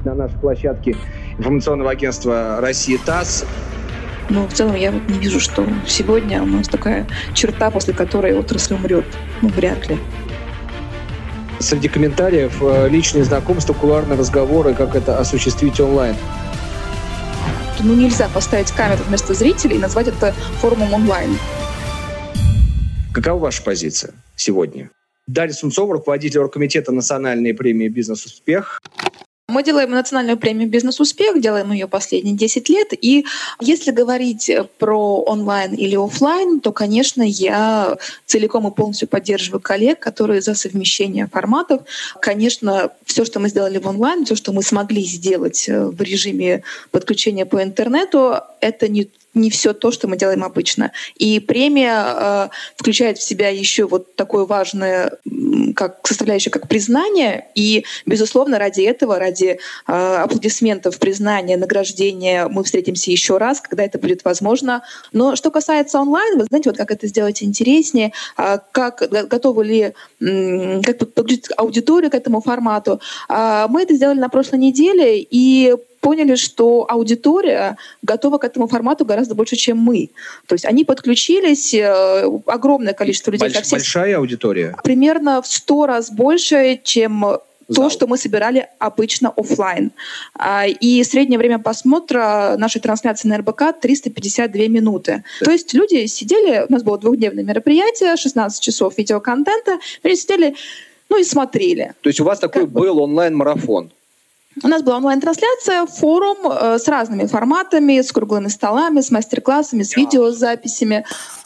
на нашей площадке информационного агентства «Россия ТАСС». Но в целом я не вижу, что сегодня у нас такая черта, после которой отрасль умрет. Вряд ли. Среди комментариев личные знакомства, кулуарные разговоры, как это осуществить онлайн. Нельзя поставить камеру вместо зрителей и назвать это форумом онлайн. Какова ваша позиция сегодня? Дарья Сунцова, руководитель оргкомитета национальной премии «Бизнес-успех». Мы делаем национальную премию «Бизнес-успех», делаем ее последние 10 лет. И если говорить про онлайн или офлайн, то, конечно, я целиком и полностью поддерживаю коллег, которые за совмещение форматов. Конечно, все, что мы сделали в онлайн, все, что мы смогли сделать в режиме подключения по интернету, это не все то, что мы делаем обычно. И премия включает в себя еще вот такое важное как составляющее, как признание. И, безусловно, ради этого, ради аплодисментов, признания, награждения мы встретимся еще раз, когда это будет возможно. Но что касается онлайн, вы знаете, вот как это сделать интереснее, как готовы ли как подключить аудиторию к этому формату. Мы это сделали на прошлой неделе и поняли, что аудитория готова к этому формату гораздо больше, чем мы. То есть они подключились, огромное количество людей. Большая аудитория? Примерно в 100 раз больше, чем то, что мы собирали обычно офлайн. И среднее время просмотра нашей трансляции на РБК 352 минуты. То есть люди сидели, у нас было двухдневное мероприятие, 16 часов видеоконтента, люди сидели, и смотрели. То есть у вас такой был онлайн-марафон? У нас была онлайн-трансляция, форум с разными форматами, с круглыми столами, с мастер-классами, с видеозаписями.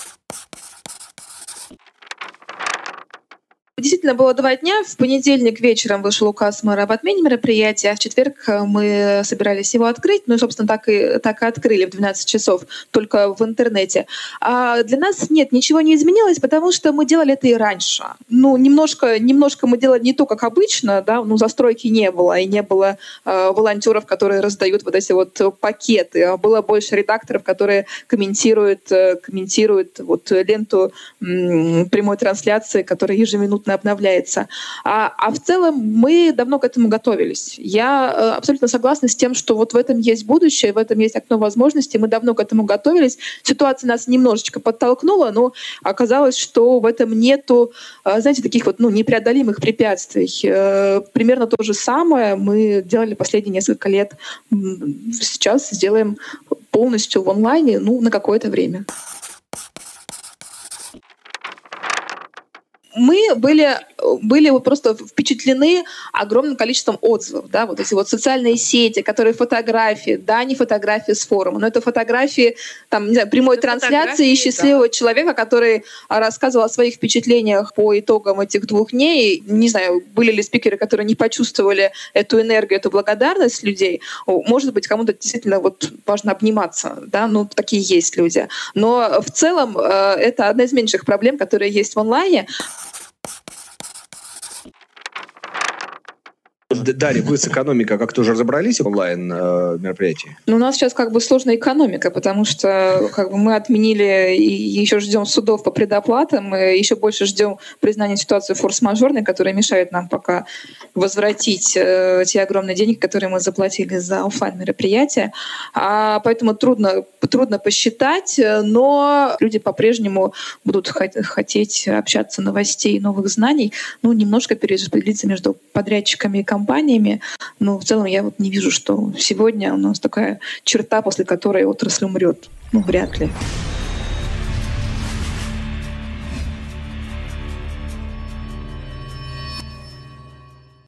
Действительно, было 2 дня. В понедельник вечером вышел указ мэра об отмене мероприятия, а в четверг мы собирались его открыть. Собственно, так и открыли в 12 часов, только в интернете. А для нас ничего не изменилось, потому что мы делали это и раньше. Немножко мы делали не то, как обычно, застройки не было, и не было волонтеров, которые раздают вот эти вот пакеты, а было больше редакторов, которые комментируют вот ленту прямой трансляции, которая ежеминутно обновляется. А в целом мы давно к этому готовились. Я абсолютно согласна с тем, что вот в этом есть будущее, в этом есть окно возможностей. Мы давно к этому готовились. Ситуация нас немножечко подтолкнула, но оказалось, что в этом нету, таких вот непреодолимых препятствий. Примерно то же самое мы делали последние несколько лет. Сейчас сделаем полностью в онлайне, на какое-то время. Мы были вот просто впечатлены огромным количеством отзывов. Вот эти вот социальные сети, которые фотографии, не фотографии с форума, но это фотографии прямой трансляции и счастливого человека, который рассказывал о своих впечатлениях по итогам этих 2 дней. Не знаю, были ли спикеры, которые не почувствовали эту энергию, эту благодарность людей. Может быть, кому-то действительно важно обниматься. Такие есть люди. Но в целом это одна из меньших проблем, которые есть в онлайне. Дарья, вы с экономикой как-то уже разобрались в онлайн-мероприятии? У нас сейчас сложная экономика, потому что мы отменили и еще ждем судов по предоплатам, мы еще больше ждем признания ситуации форс-мажорной, которая мешает нам пока возвратить те огромные деньги, которые мы заплатили за офлайн-мероприятия. Поэтому трудно посчитать, но люди по-прежнему будут хотеть общаться, новостей, новых знаний, немножко перераспределиться между подрядчиками и компаниями. Но в целом я не вижу, что сегодня у нас такая черта, после которой отрасль умрет. Вряд ли.